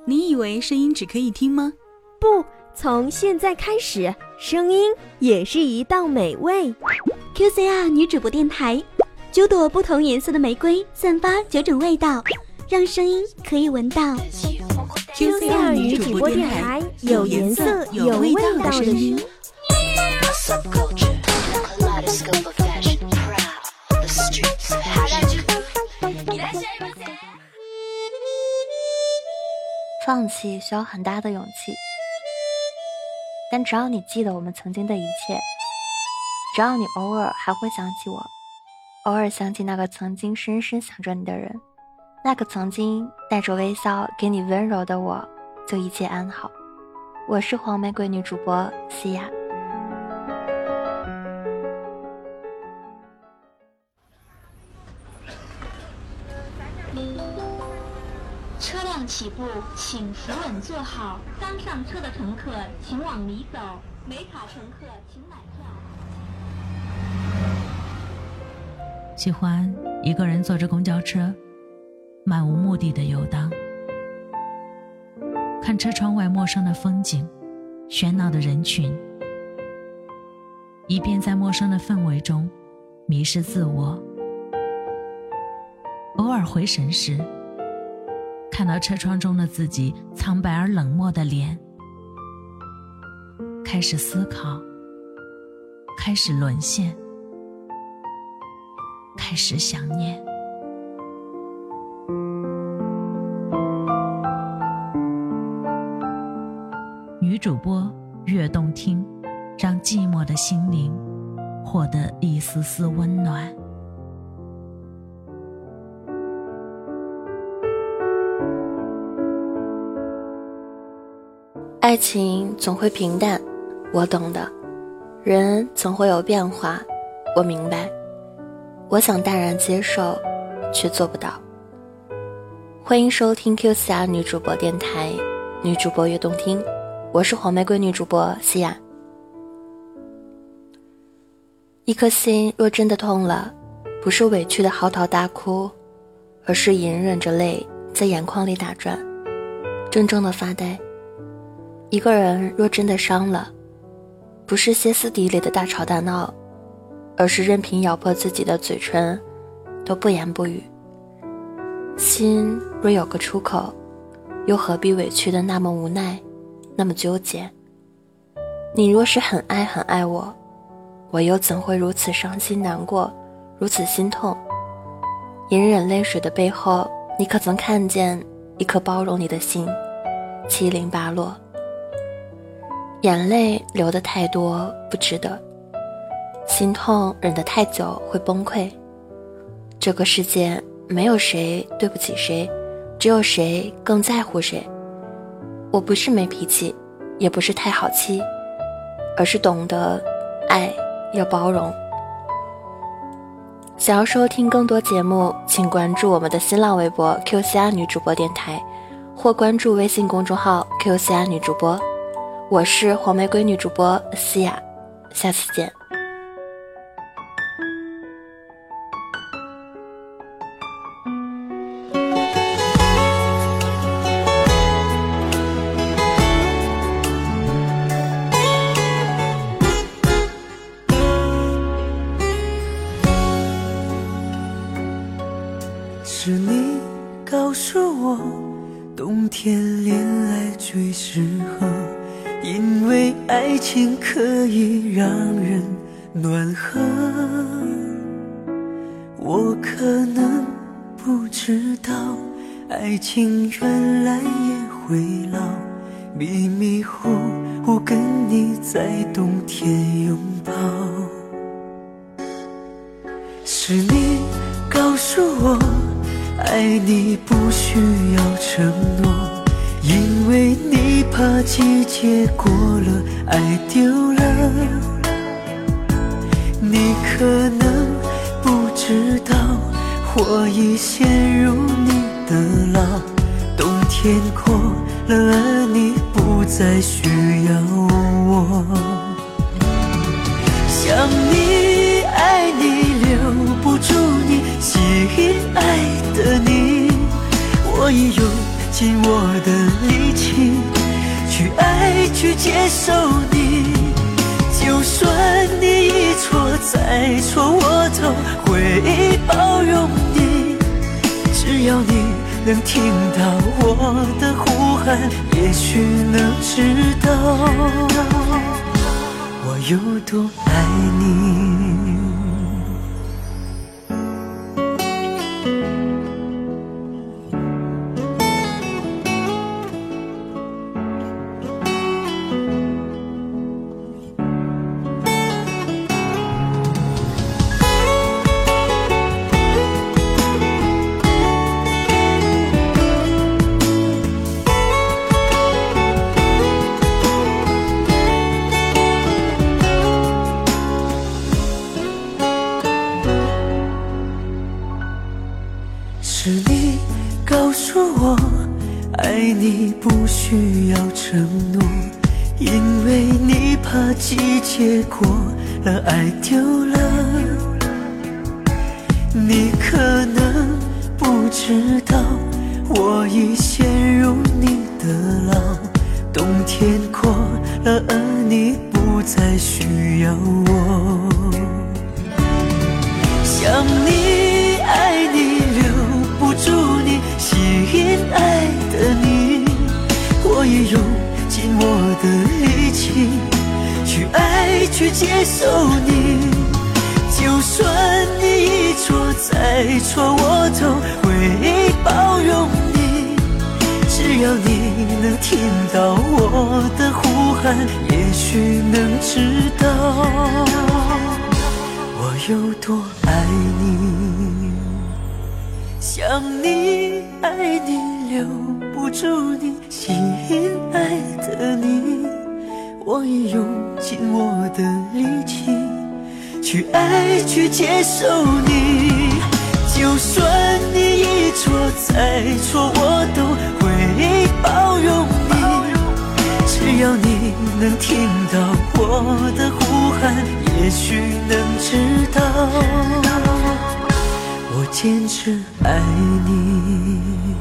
你以为声音只可以听吗？ 不，从现在开始，声音也是一道美味。 QCR 女主播电台，9朵不同颜色的玫瑰，散发9种味道，让声音可以闻到。 QCR 女主播电台，有颜色有味道的声音。 放弃需要很大的勇气，但只要你记得我们曾经的一切，只要你偶尔还会想起我，偶尔想起那个曾经深深想着你的人，那个曾经带着微笑给你温柔的我，就一切安好。我是黄玫瑰女主播西亚。 车辆起步，请扶稳坐好。刚上车的乘客请往里走，没卡乘客请买票。 喜欢一个人坐着公交车，漫无目的的游荡，看车窗外陌生的风景，喧闹的人群，一边在陌生的氛围中迷失自我。偶尔回神时，看到车窗中的自己苍白而冷漠的脸，开始思考，开始沦陷，开始想念。女主播悦动听，让寂寞的心灵获得一丝丝温暖。 爱情总会平淡，我懂的；人总会有变化，我明白。我想淡然接受，却做不到。欢迎收听 QCR 女主播电台，女主播悦动听，我是黄玫瑰女主播西亚。一颗心若真的痛了，不是委屈的嚎啕大哭，而是隐忍着泪在眼眶里打转，怔怔的发呆。一个人若真的伤了，不是歇斯底里的大吵大闹，而是任凭咬破自己的嘴唇都不言不语。心若有个出口，又何必委屈的那么无奈，那么纠结？你若是很爱很爱我，我又怎会如此伤心难过，如此心痛？隐忍泪水的背后，你可曾看见一颗包容你的心，七零八落？眼泪流得太多不值得，心痛忍得太久会崩溃。这个世界没有谁对不起谁，只有谁更在乎谁。我不是没脾气，也不是太好欺，而是懂得爱要包容。想要收听更多节目，请关注我们的新浪微博 QCR 女主播电台，或关注微信公众号 QCR 女主播。我是黄玫瑰女主播西亚，下次见。 是你告诉我，冬天恋爱最适合，因为爱情可以让人暖和。我可能不知道，爱情原来也会老，迷迷糊糊跟你在冬天拥抱。是你告诉我，爱你不需要承诺，因为你怕季节过了，爱丢了。你可能不知道，我已陷入你的牢，冬天过了，而你不再需要我。想你爱你留不住你，吸引爱的你，我已用尽我的力气去爱，去接受你。就算你一错再错，我都会包容你。只要你能听到我的呼喊，也许能知道我有多爱你。是你告诉我，爱你不需要承诺，因为你怕季节过了，爱丢了。你可能不知道，我已陷入你的牢。冬天过了，而你不再需要我。想你，爱你，留不住你，吸引爱的你。我也用尽我的力气去爱，去接受你。就算你一错再错，我都会包容你。只要你能听到我的呼喊，也许能知道我有多爱你。想你，爱你，留不住你，吸引爱的你。我也用尽我的力气去爱，去接受你。就算你一错再错，我都会包容你。只要你能听到我的呼喊，也许能知道我坚持爱你。